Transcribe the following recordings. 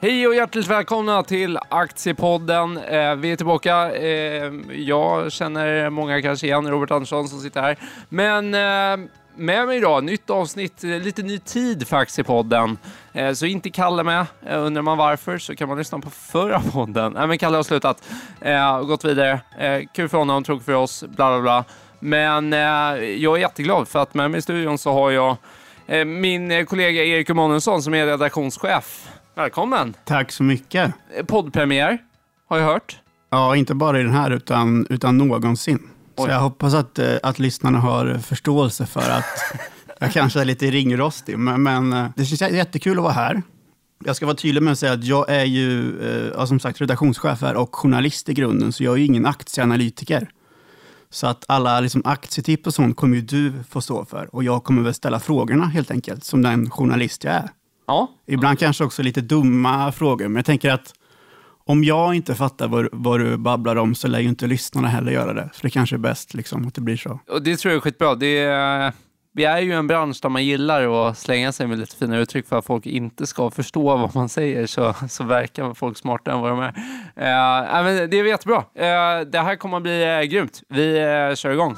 Hej och hjärtligt välkomna till Aktiepodden. Vi är tillbaka. Jag känner många kanske igen Robert Andersson som sitter här. Men med mig idag, nytt avsnitt, lite ny tid för Aktiepodden. Så inte Kalle med. Undrar man varför så kan man lyssna på förra podden. Men Kalle har slutat och gått vidare. Kul för honom, tråkigt för oss, bla bla bla. Men jag är jätteglad för att med mig i studion så har jag min kollega Erik Emanuelsson som är redaktionschef. Välkommen. Tack så mycket. Poddpremiär, har jag hört. Ja, inte bara i den här utan någonsin. Oj. Så jag hoppas att lyssnarna har förståelse för att jag kanske är lite ringrostig. Men det känns jättekul att vara här. Jag ska vara tydlig med att säga att jag är ju som sagt redaktionschef här och journalist i grunden. Så jag är ju ingen aktieanalytiker. Så att alla liksom aktietips och sånt kommer ju du få stå för. Och jag kommer väl ställa frågorna helt enkelt som den journalist jag är. Ja. Ibland kanske också lite dumma frågor. Men jag tänker att om jag inte fattar vad du babblar om så lär ju inte lyssnarna heller göra det. Så det kanske är bäst liksom, att det blir så. Och det tror jag är skitbra. Vi är ju en bransch där man gillar att slänga sig med lite fina uttryck för att folk inte ska förstå vad man säger. Så verkar folk smartare än vad de är. Men det är jättebra. Det här kommer att bli grymt. Vi kör igång.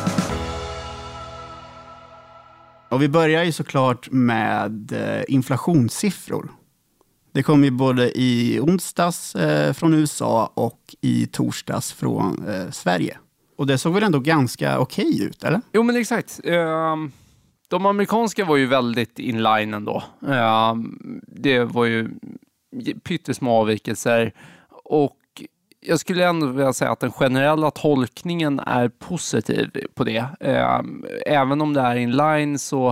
Och vi börjar ju såklart med inflationssiffror. Det kom ju både i onsdags från USA och i torsdags från Sverige. Och det såg väl ändå ganska okej ut, eller? Jo, men exakt. De amerikanska var ju väldigt inline ändå. Det var ju pyttesmå avvikelser. Och jag skulle ändå vilja säga att den generella tolkningen är positiv på det. Även om det är inline så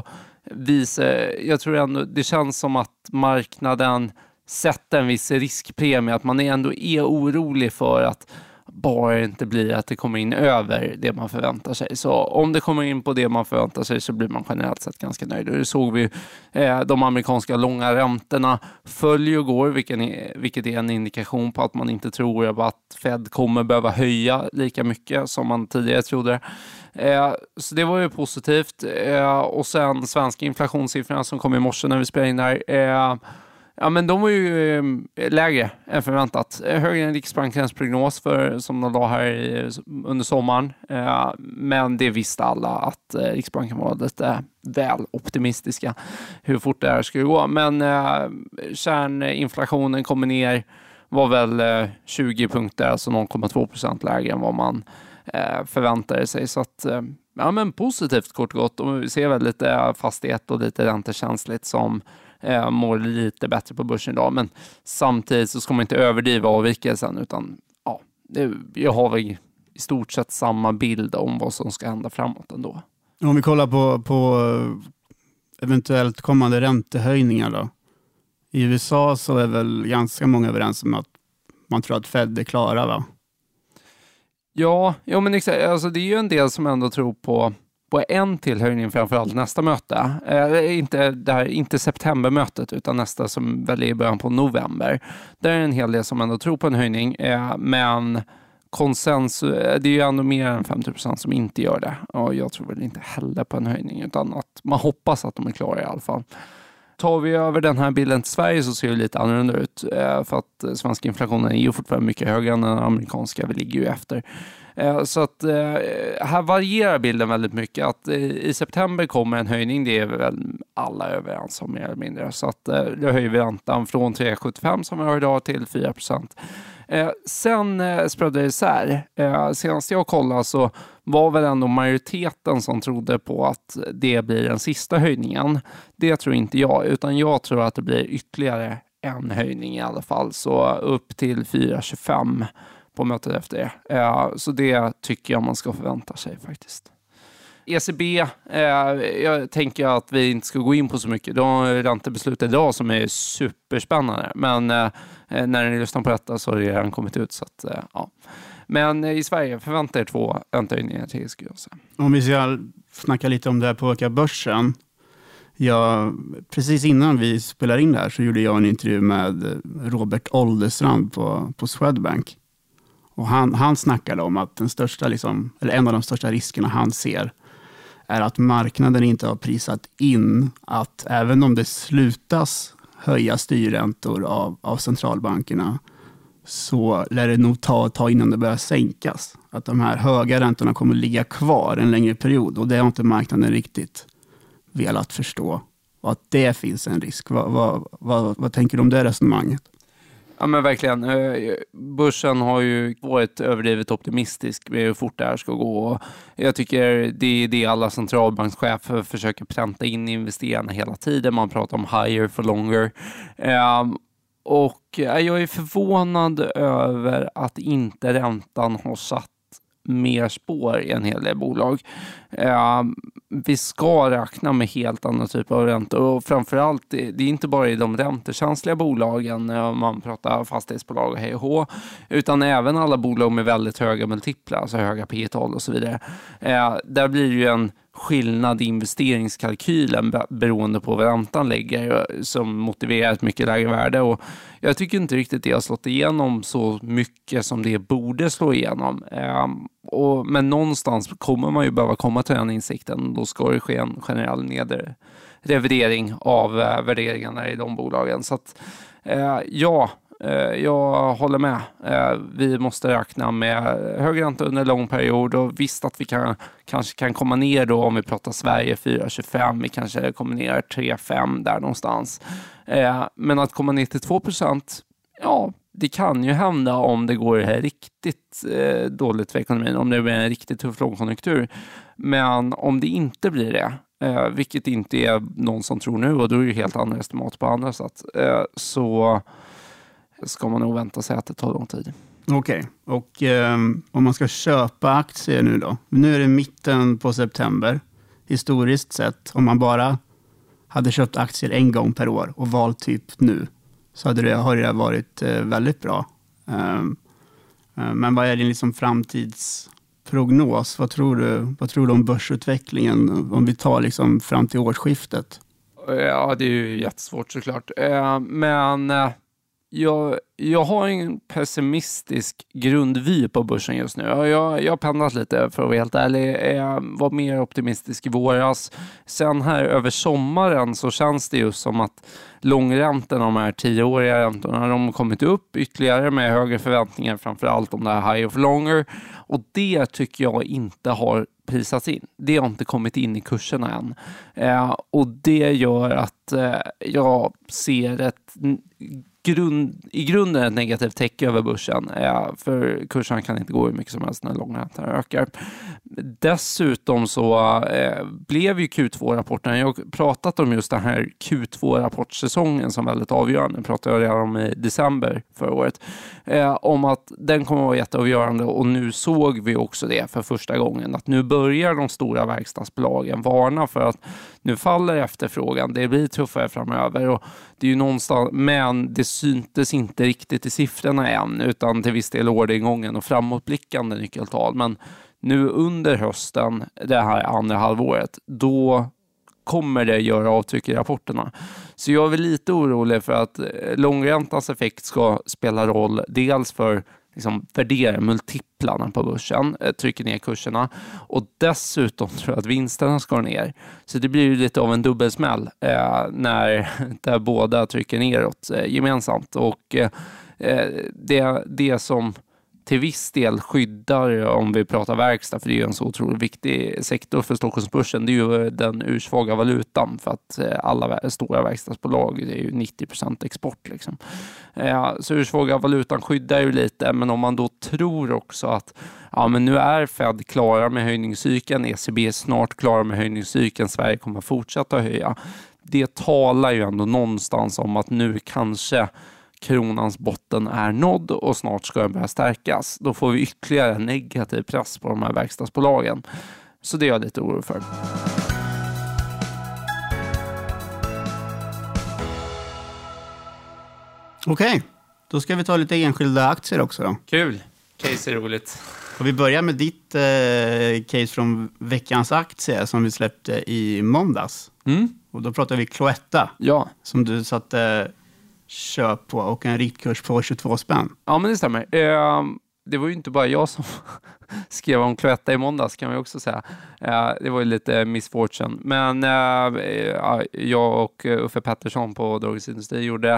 jag tror ändå det känns som att marknaden sätter en viss riskpremie. Att man ändå är orolig för att bara inte blir att det kommer in över det man förväntar sig. Så om det kommer in på det man förväntar sig så blir man generellt sett ganska nöjd. Och det såg vi de amerikanska långa räntorna följer och går, vilket är en indikation på att man inte tror att Fed kommer behöva höja lika mycket som man tidigare trodde. Så det var ju positivt. Och sen svenska inflationssiffrorna som kom i morse när vi spelade in där. Ja, men de var ju lägre än förväntat. Högre än Riksbankens prognos som de la här under sommaren. Men det visste alla att Riksbanken var lite väl optimistiska hur fort det här skulle gå. Men kärninflationen kommer ner, var väl 20 punkter, alltså 0,2% lägre än vad man förväntade sig. Så att, ja, men positivt kort och gott. Och vi ser väl lite fastighet och lite räntekänsligt som mår lite bättre på börsen idag, men samtidigt så ska man inte överdriva avvikelsen utan ja, jag har väl i stort sett samma bild om vad som ska hända framåt ändå. Om vi kollar på eventuellt kommande räntehöjningar då. I USA så är väl ganska många överens om att man tror att Fed är klara, va? Ja, men exakt, alltså det är ju en del som ändå tror på en till höjning framförallt nästa möte. Inte septembermötet utan nästa som väl är i början på november. Där är en hel del som ändå tror på en höjning. Men konsensus, det är ju ändå mer än 50% som inte gör det. Och jag tror väl inte heller på en höjning utan att man hoppas att de är klara i alla fall. Tar vi över den här bilden till Sverige så ser det lite annorlunda ut. För att svenska inflationen är ju fortfarande mycket högre än den amerikanska. Vi ligger ju efter. Så att här varierar bilden väldigt mycket. Att i september kommer en höjning, det är väl alla överens om mer eller mindre. Så att då höjer vi räntan från 3,75 som vi har idag till 4%. Sen sprödde det isär. Senast jag kollade så var väl ändå majoriteten som trodde på att det blir den sista höjningen. Det tror inte jag, utan jag tror att det blir ytterligare en höjning i alla fall. Så upp till 4,25 på mötet efter det. Så det tycker jag man ska förvänta sig faktiskt. ECB, jag tänker att vi inte ska gå in på så mycket. De har räntebeslut idag som är superspännande. Men när ni lyssnar på detta så har det redan kommit ut. Så att, ja. Men i Sverige förväntar er 2 räntehöjningar till, skulle jag säga. Om vi ska snacka lite om det här på börsen. Precis innan vi spelar in det här så gjorde jag en intervju med Robert Oldestrand på Swedbank. Och han snackade om att en av de största riskerna han ser är att marknaden inte har prisat in att även om det slutas höja styrräntor av centralbankerna, så lär det nog ta innan det börjar sänkas. Att de här höga räntorna kommer ligga kvar en längre period, och det har inte marknaden riktigt velat förstå. Och att det finns en risk. Vad tänker du om det resonemanget? Ja, men verkligen. Börsen har ju varit överdrivet optimistisk med hur fort det här ska gå. Och jag tycker det är det alla centralbankschefer försöker pränta in i investerarna hela tiden. Man pratar om higher for longer. Och jag är förvånad över att inte räntan har satt mer spår i en hel del bolag. Vi ska räkna med helt andra typer av räntor, och framförallt det är inte bara i de räntekänsliga bolagen, om man pratar fastighetsbolag och hej och hå, utan även alla bolag med väldigt höga multiplar, alltså höga P/tal och så vidare. Där blir det ju en skillnad i investeringskalkylen beroende på vad räntan lägger, som motiverar ett mycket lägre värde, och jag tycker inte riktigt det har slått igenom så mycket som det borde slå igenom. Men någonstans kommer man ju behöva komma till den insikten. Då ska det ske en generell revidering av värderingarna i de bolagen. Så att, jag håller med. Vi måste räkna med hög ränta under en lång period, och visst att vi kanske kan komma ner då, om vi pratar Sverige 4,25, vi kanske kommer ner 3,5 där någonstans. Men att komma ner till 2%, ja, det kan ju hända om det går här riktigt dåligt för ekonomin, om det blir en riktigt tuff lågkonjunktur. Men om det inte blir det, vilket inte är någon som tror nu, och då är det ju helt andra estimat på andra sätt, så ska man nog vänta sig att det tar lång tid. Okej. Och om man ska köpa aktier nu då? Nu är det mitten på september. Historiskt sett, om man bara hade köpt aktier en gång per år och valt typ nu, så har det varit väldigt bra. Men vad är din liksom framtidsprognos? Vad tror du om börsutvecklingen om vi tar liksom fram till årsskiftet? Ja, det är ju jättesvårt såklart. Men jag har en pessimistisk grundvy på börsen just nu. Jag har pendlat lite, för att vara helt ärlig. Jag var mer optimistisk i våras. Sen här över sommaren så känns det ju som att långräntorna, de här 10-åriga räntorna, de har kommit upp ytterligare med högre förväntningar, framförallt om det här high for longer. Och det tycker jag inte har prisats in. Det har inte kommit in i kurserna än. Och det gör att jag ser i grunden ett negativt täcke över börsen, för kursen kan inte gå hur mycket som helst när långräntan ökar. Dessutom så blev ju Q2-rapporten, jag har pratat om just den här Q2-rapportsäsongen som väldigt avgörande, pratade jag redan om i december förra året, om att den kommer att vara jätteavgörande, och nu såg vi också det för första gången, att nu börjar de stora verkstadsbolagen varna för att nu faller efterfrågan, det blir tuffare framöver, och det är ju någonstans, men det syntes inte riktigt i siffrorna än, utan till viss del orderingången och framåtblickande nyckeltal. Men nu under hösten, det här andra halvåret, då kommer det göra avtryck i rapporterna. Så jag är väl lite orolig för att långräntans effekt ska spela roll, dels för liksom värdera multiplarna på börsen, trycker ner kurserna, och dessutom tror jag att vinsterna ska ner. Så det blir ju lite av en dubbelsmäll när där båda trycker neråt gemensamt, och det som till viss del skyddar, om vi pratar verkstad, för det är ju en så otroligt viktig sektor för Stockholmsbörsen, det är ju den ursvaga valutan, för att alla stora verkstadsbolag, det är ju 90% export liksom. Så ursvaga valutan skyddar ju lite, men om man då tror också att men nu är Fed klara med höjningscykeln, ECB är snart klara med höjningscykeln, Sverige kommer fortsätta höja. Det talar ju ändå någonstans om att nu kanske kronans botten är nådd och snart ska den börja stärkas. Då får vi ytterligare negativ press på de här verkstadsbolagen. Så det är jag lite orolig för. Okej, då ska vi ta lite enskilda aktier också då. Kul, case är roligt. Och vi börjar med ditt case från veckans aktie som vi släppte i måndags. Och då pratar vi Cloetta, som du satte köp på, och en riktkurs på 22 spänn. Ja, men det stämmer. det var ju inte bara jag som skrev om Cloetta i måndags, kan man ju också säga. Det var ju lite misfortune. Men jag och Uffe Pettersson på Dagens Industri gjorde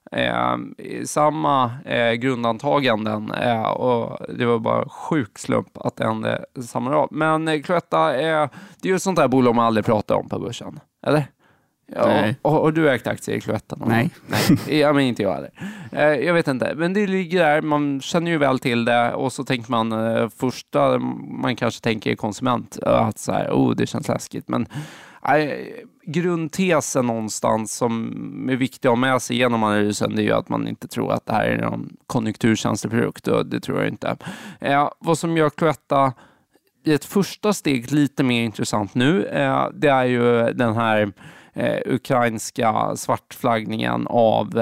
samma grundantaganden och det var bara sjuk slump att det hände samma dag. Men Cloetta det är ju ett sånt där bolag man aldrig pratar om på börsen, eller? Ja, och du ägt aktier i Cloetta? Nej. Ja, men inte jag heller. Jag vet inte, men det ligger där, man känner ju väl till det och så tänker man första, man kanske tänker konsument att så här, det känns läskigt, men grundtesen någonstans som är viktig att ha med sig genom analysen, det är ju att man inte tror att det här är någon konjunkturkänslig produkt, och det tror jag inte. Vad som gör Cloetta i ett första steg lite mer intressant nu, det är ju den här ukrainska svartflaggningen av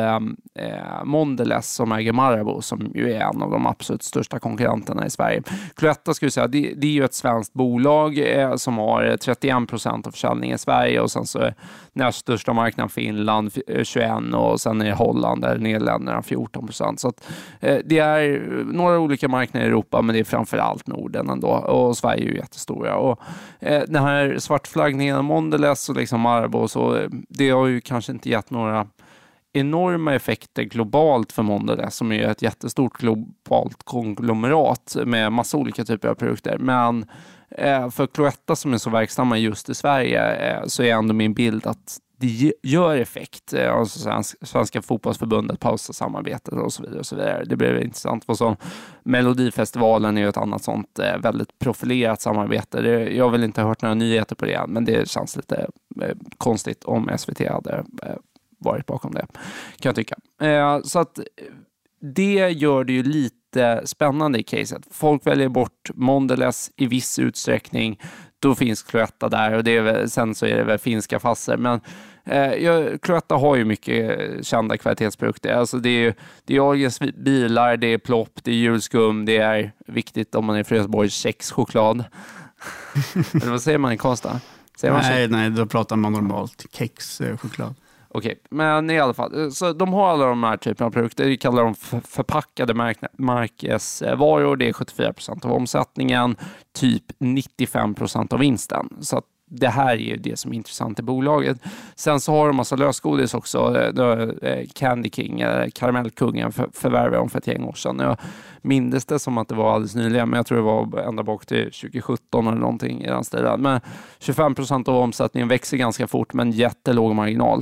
Mondelez som äger Marabou, som ju är en av de absolut största konkurrenterna i Sverige. Cloetta skulle säga, det är ju ett svenskt bolag som har 31% av försäljningen i Sverige, och sen så är näst största marknaden Finland 21% och sen är Holland eller Nederländerna 14%. Så att, det är några olika marknader i Europa, men det är framförallt Norden ändå, och Sverige är ju jättestora. Och den här svartflaggningen av Mondelez och liksom Marabou, så det har ju kanske inte gett några enorma effekter globalt för Mondelez, som är ett jättestort globalt konglomerat med massa olika typer av produkter. Men för Cloetta som är så verksamma just i Sverige så är ändå min bild att det gör effekt. Alltså Svenska fotbollsförbundet pausar samarbetet och så vidare och så vidare. Det blev intressant. Och så Melodifestivalen är ju ett annat sånt väldigt profilerat samarbete. Jag har väl inte hört några nyheter på det, men det känns lite konstigt om SVT hade varit bakom det, kan jag tycka. Så att det gör det ju lite spännande i caset. Folk väljer bort Mondelez i viss utsträckning. Då finns Cloetta där, och det är väl, sen så är det väl finska fasser. Men Cloetta har ju mycket kända kvalitetsprodukter. Alltså det är Ahlgrens bilar, det är plopp, det är julskum, det är viktigt om man är Frösborgs kexchoklad. Eller vad säger man i Karlstad? Nej, då pratar man normalt kexchoklad. Okej, men i alla fall, så de har alla de här typerna av produkter. Vi kallar dem förpackade märkesvaror. Det är 74% av omsättningen, typ 95% av vinsten. Så att det här är ju det som är intressant i bolaget. Sen så har de massa lösgodis också. Candy King, karamellkungen, förvärvade de för ett gäng år sedan. Jag minns det som att det var alldeles nyligen, men jag tror det var ända bak till 2017 eller någonting i den stilen. Men 25% av omsättningen växer ganska fort, men jättelåg marginal.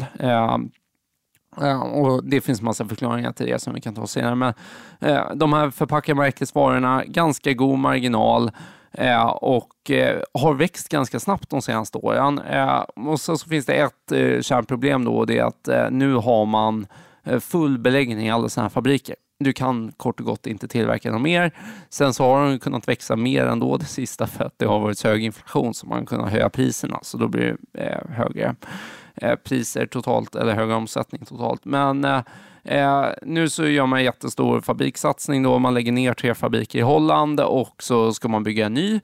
Och det finns massa förklaringar till det som vi kan ta senare. Men de här förpackade märkesvarorna, ganska god marginal, och har växt ganska snabbt de senaste åren. Och så finns det ett kärnproblem då, och det är att nu har man full beläggning i alla sådana här fabriker. Du kan kort och gott inte tillverka något mer. Sen så har de kunnat växa mer ändå det sista, för att det har varit så hög inflation, så man kunnat höja priserna, så då blir det högre priser totalt, eller högre omsättning totalt. Men nu så gör man en jättestor fabrikssatsning då. Man lägger ner 3 fabriker i Holland, och så ska man bygga en ny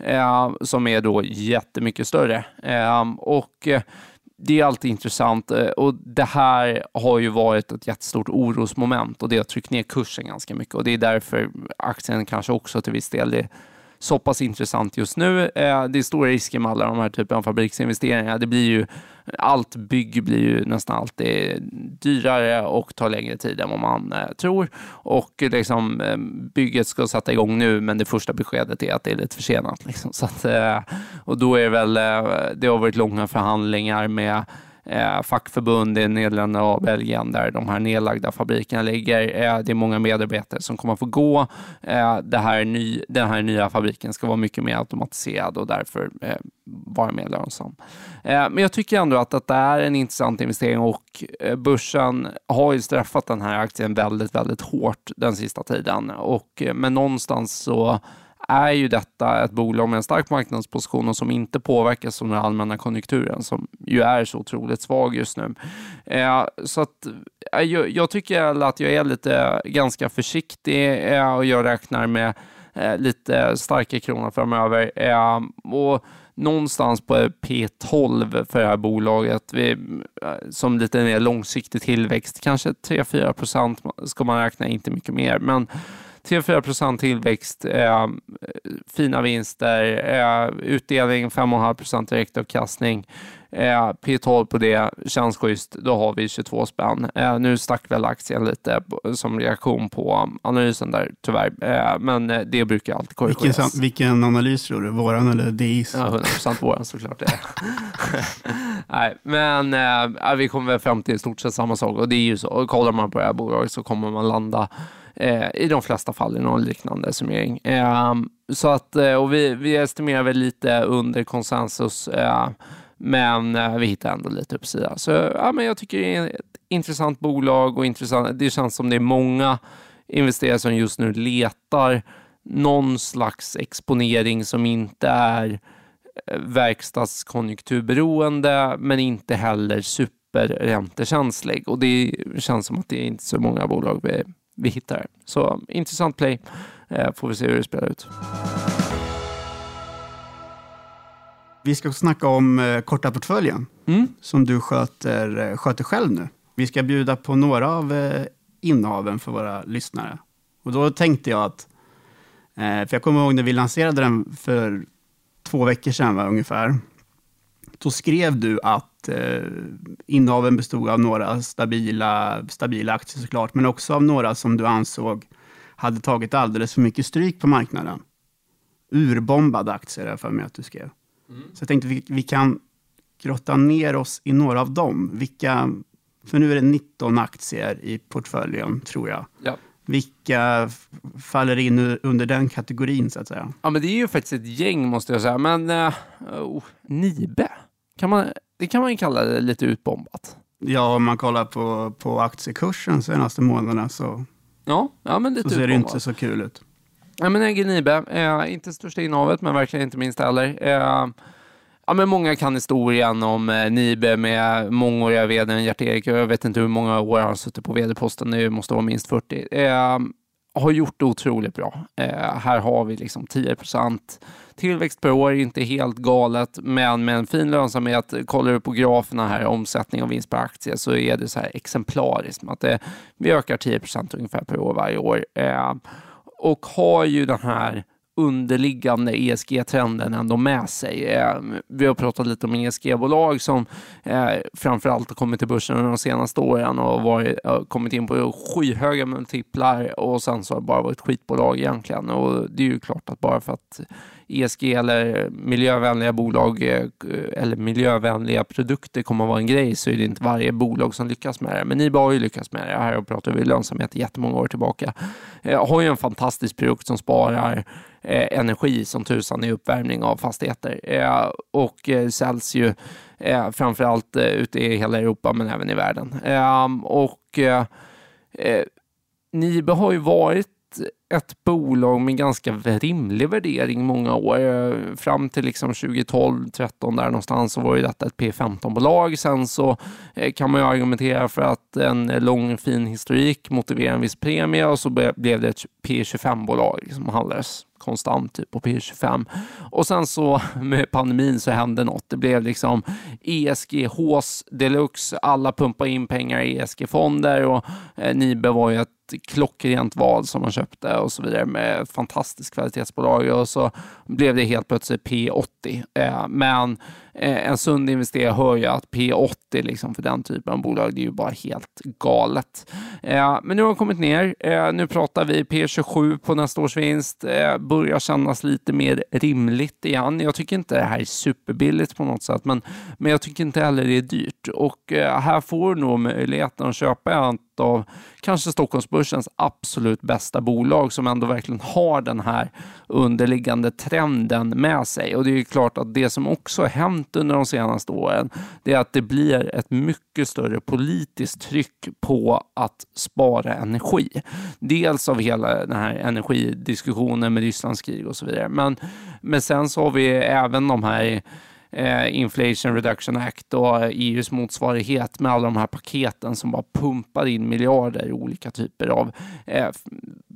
som är då jättemycket större. Och det är alltid intressant, och det här har ju varit ett jättestort orosmoment, och det har tryckt ner kursen ganska mycket, och det är därför aktien kanske också till viss del är så pass intressant just nu. Det är stora risker med alla de här typen av fabriksinvesteringar. Det blir ju, allt bygg blir ju nästan alltid dyrare och tar längre tid än vad man tror. Och liksom, bygget ska sätta igång nu, men det första beskedet är att det är lite försenat. Liksom. Så att, och då är det väl, det har varit långa förhandlingar med fackförbund i Nederländerna och Belgien, där de här nedlagda fabrikerna ligger. Det är många medarbetare som kommer att få gå. Den här nya fabriken ska vara mycket mer automatiserad och därför vara mer lönsam. Men jag tycker ändå att det är en intressant investering, och börsen har ju straffat den här aktien väldigt, väldigt hårt den sista tiden. Men någonstans så är ju detta ett bolag med en stark marknadsposition och som inte påverkas av den allmänna konjunkturen, som ju är så otroligt svag just nu. Så att jag tycker att jag är lite ganska försiktig, och jag räknar med lite starka kronor framöver. Och någonstans på P12 för det här bolaget, som lite mer långsiktig tillväxt, kanske 3-4% ska man räkna, inte mycket mer. Men 3-4% tillväxt, fina vinster, utdelning 5,5% direktavkastning, P12 på det känns schysst, då har vi 22 spänn. Nu stack väl aktien lite som reaktion på analysen där tyvärr, men det brukar alltid korrigeras. Vilken analys tror du? Våran eller DIs? Ja, 100% våran såklart det. Nej, men vi kommer väl fram till i stort sett samma sak, och det är ju så. Och kollar man på det här bolaget så kommer man landa i de flesta fall i någon liknande summering. Så att, och vi estimerar väl lite under konsensus, men vi hittar ändå lite uppsida. Så men jag tycker det är ett intressant bolag, och det känns som det är många investerare som just nu letar någon slags exponering som inte är verkstadskonjunkturberoende, men inte heller superräntekänslig. Och det känns som att det är inte så många bolag vi hittar. Så intressant play. Får vi se hur det spelar ut. Vi ska snacka om korta portföljen som du sköter själv nu. Vi ska bjuda på några av innehaven för våra lyssnare. Och då tänkte jag att, för jag kommer ihåg när vi lanserade den för 2 veckor sedan ungefär, då skrev du att innehaven bestod av några stabila aktier såklart, men också av några som du ansåg hade tagit alldeles för mycket stryk på marknaden. Urbombade aktier för mig att du skrev. Så jag tänkte vi kan grotta ner oss i några av dem. För nu är det 19 aktier i portföljen, tror jag. Ja. Vilka faller in under den kategorin så att säga? Ja, men det är ju faktiskt ett gäng måste jag säga. Men Nibe, det kan man ju kalla det lite utbombat. Ja, om man kollar på aktiekursen senaste månaderna så men lite så ser det inte så kul ut. Ja, men Nibe, inte största innehavet, men verkligen inte minst heller. Men många kan historien om Nibe med mångåriga vdn Gert-Erik. Jag vet inte hur många år han har suttit på vd-posten nu, måste vara minst 40. Har gjort det otroligt bra. Här har vi liksom 10% tillväxt per år, inte helt galet, men med en fin lönsamhet. Kollar du på graferna här, omsättning och vinst per aktie, så är det så här exemplariskt med att vi ökar 10% ungefär per år varje år. Och har ju den här underliggande ESG-trenden ändå med sig. Vi har pratat lite om ESG-bolag som framförallt har kommit till börsen under de senaste åren och kommit in på skyhöga multiplar, och sen så har det bara varit skitbolag egentligen. Och det är ju klart att bara för att ESG eller miljövänliga bolag eller miljövänliga produkter kommer att vara en grej, så är det inte varje bolag som lyckas med det. Men Nibe har ju lyckats med det. Här pratar vi lönsamhet jättemånga år tillbaka. Har ju en fantastisk produkt som sparar energi som tusan i uppvärmning av fastigheter, och säljs ju framförallt ute i hela Europa, men även i världen. Nibe har ju varit ett bolag med ganska rimlig värdering många år. Fram till liksom 2012-13 där någonstans så var ju detta ett P15-bolag. Sen så kan man ju argumentera för att en lång fin historik motiverar en viss premie, och så blev det ett P25-bolag som handlades konstant typ på P25. Och sen så med pandemin så hände något. Det blev liksom ESG-hås deluxe. Alla pumpade in pengar i ESG-fonder, och Nibe var ju ett klockrent val som man köpte och så vidare med ett fantastiskt kvalitetsbolag, och så blev det helt plötsligt P80. Men en sund investerare hör ju att P80 liksom för den typen av bolag, det är ju bara helt galet. Men nu har det kommit ner. Nu pratar vi P27 på nästa års vinst. Börjar kännas lite mer rimligt igen. Jag tycker inte det här är superbilligt på något sätt, men jag tycker inte heller det är dyrt. Och här får du nog möjligheten att köpa en av kanske Stockholmsbörsens absolut bästa bolag som ändå verkligen har den här underliggande trenden med sig. Och det är ju klart att det som också har hänt under de senaste åren, det är att det blir ett mycket större politiskt tryck på att spara energi. Dels av hela den här energidiskussionen med Rysslands krig och så vidare. Men sen så har vi även de här Inflation Reduction Act och EUs motsvarighet med alla de här paketen som bara pumpar in miljarder i olika typer av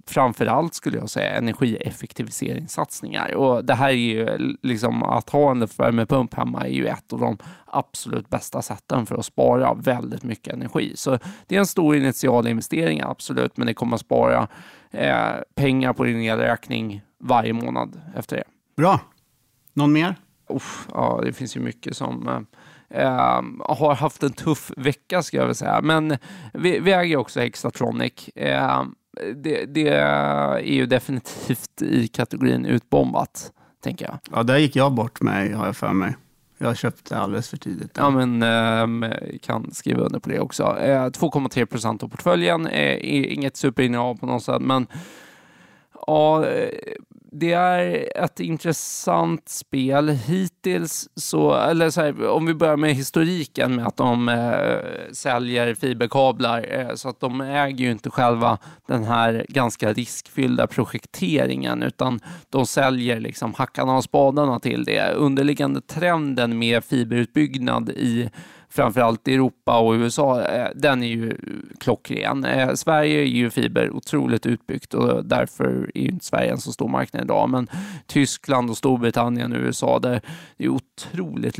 framförallt skulle jag säga energieffektiviseringssatsningar. Och det här är ju liksom att ha en värmepump hemma är ju ett av de absolut bästa sätten för att spara väldigt mycket energi. Så det är en stor initial investering, absolut, men det kommer att spara pengar på din elräkning varje månad efter det. Bra. Någon mer? Ja, det finns ju mycket som har haft en tuff vecka, ska jag väl säga. Men vi äger också Hexatronic. Det är ju definitivt i kategorin utbombat, tänker jag. Ja, där gick jag bort med, har jag för mig. Jag köpte alldeles för tidigt. Ja, men kan skriva under på det också. 2,3% av portföljen är inget superinnehav på något sätt, men ja, det är ett intressant spel hittills. Eller så här, om vi börjar med historiken med att de säljer fiberkablar, så att de äger ju inte själva den här ganska riskfyllda projekteringen, utan de säljer liksom hackarna och spadarna till det. Underliggande trenden med fiberutbyggnad i framförallt Europa och USA, den är ju klockren. Sverige är ju fiber otroligt utbyggt och därför är ju inte Sverige en så stor marknad idag. Men Tyskland och Storbritannien och USA, där det är otroligt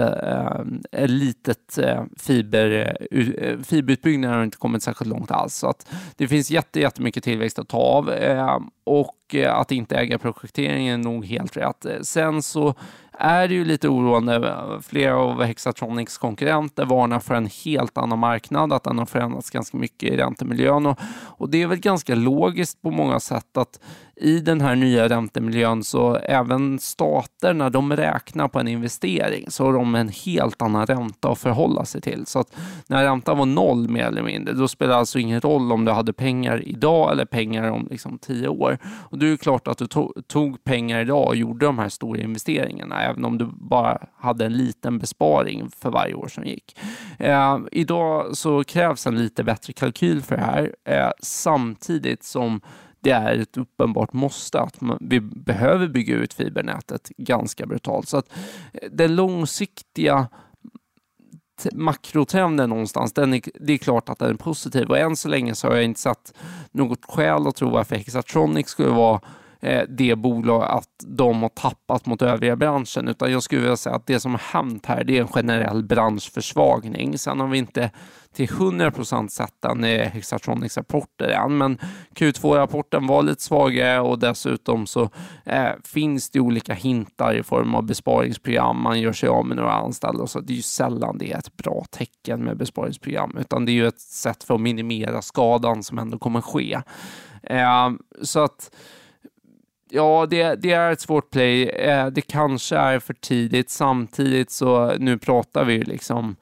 litet fiberutbyggnad har inte kommit särskilt långt alls. Så att det finns jättemycket tillväxt att ta av, och att inte äga projekteringen är nog helt rätt. Sen så är det ju lite oroande. Flera av Hexatronics konkurrenter varnar för en helt annan marknad, att den har förändrats ganska mycket i räntemiljön. Och det är väl ganska logiskt på många sätt att i den här nya räntemiljön, så även stater, när de räknar på en investering, så har de en helt annan ränta att förhålla sig till. Så att när räntan var 0 mer eller mindre, då spelar det alltså ingen roll om du hade pengar idag eller pengar om liksom 10 år. Och det är ju klart att du tog pengar idag och gjorde de här stora investeringarna, även om du bara hade en liten besparing för varje år som gick. Idag så krävs en lite bättre kalkyl för det här, samtidigt som det är ett uppenbart måste att vi behöver bygga ut fibernätet ganska brutalt. Så att den långsiktiga makrotrenden någonstans, det är klart att den är positiv. Och än så länge så har jag inte sett något skäl att tro varför Hexatronic skulle vara det bolag att de har tappat mot övriga branschen, utan jag skulle vilja säga att det som har hänt här, det är en generell branschförsvagning. Sen har vi inte till 100% sett den i Hexatronics rapporter än, men Q2-rapporten var lite svagare, och dessutom så finns det olika hintar i form av besparingsprogram, man gör sig av med några anställda, och så det är ju sällan det är ett bra tecken med besparingsprogram, utan det är ju ett sätt för att minimera skadan som ändå kommer ske. Så att ja, det är ett svårt play. Det kanske är för tidigt. Samtidigt så nu pratar vi liksom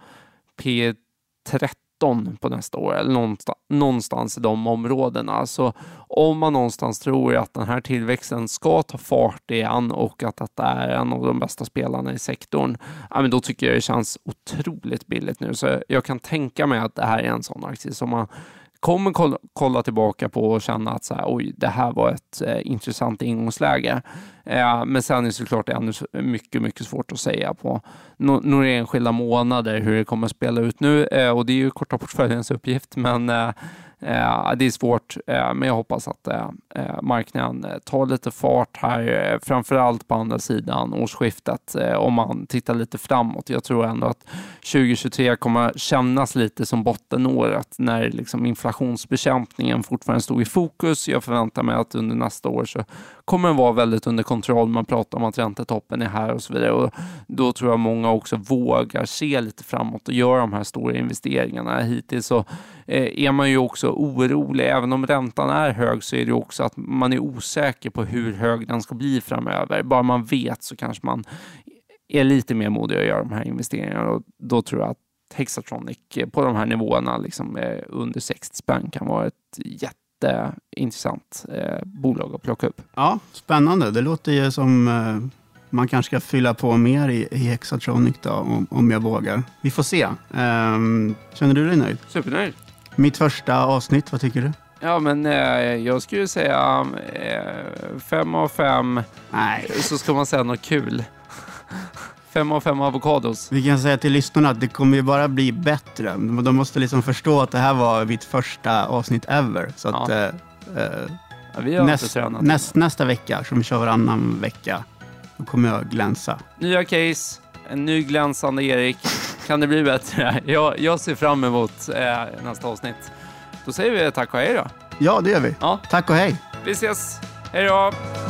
P13 på nästa år, eller någonstans i de områdena. Så om man någonstans tror att den här tillväxten ska ta fart igen och att det är en av de bästa spelarna i sektorn, ja, men då tycker jag det känns otroligt billigt nu. Så jag kan tänka mig att det här är en sån aktie som man kommer kolla tillbaka på och känna att så här, oj, det här var ett intressant ingångsläge. Men sen är det såklart ännu mycket svårt att säga på några enskilda månader hur det kommer att spela ut nu. Och det är ju korta portföljens uppgift, men det är svårt. Men jag hoppas att marknaden tar lite fart här, framförallt på andra sidan årsskiftet, om man tittar lite framåt. Jag tror ändå att 2023 kommer kännas lite som bottenåret, när liksom inflationsbekämpningen fortfarande stod i fokus. Jag förväntar mig att under nästa år så kommer den vara väldigt under kontroll. Man pratar om att räntetoppen är här och så vidare, och då tror jag många också vågar se lite framåt och göra de här stora investeringarna. Hittills så är man ju också orolig. Även om räntan är hög, så är det också att man är osäker på hur hög den ska bli framöver. Bara man vet, så kanske man är lite mer modig att göra de här investeringarna, och då tror jag att Hexatronic på de här nivåerna liksom under 60 spänn kan vara ett jätteintressant bolag att plocka upp. Ja, spännande. Det låter ju som man kanske ska fylla på mer i Hexatronic då, om jag vågar. Vi får se. Känner du dig nöjd? Supernöjd. Mitt första avsnitt, vad tycker du? Ja, men jag skulle säga 5 av 5. Nej. Så ska man säga något kul. 5 av 5 avokados. Vi kan säga till lyssnarna att det kommer ju bara bli bättre. De måste liksom förstå att det här var mitt första avsnitt ever. Så att, Ja, vi har inte tränat. Nästa vecka, som vi kör varannan vecka, då kommer jag glänsa. Nya case, en ny glänsande Erik. Kan det bli bättre? Jag ser fram emot nästa avsnitt. Då säger vi tack och hej då. Ja, det gör vi. Ja. Tack och hej. Vi ses. Hej då.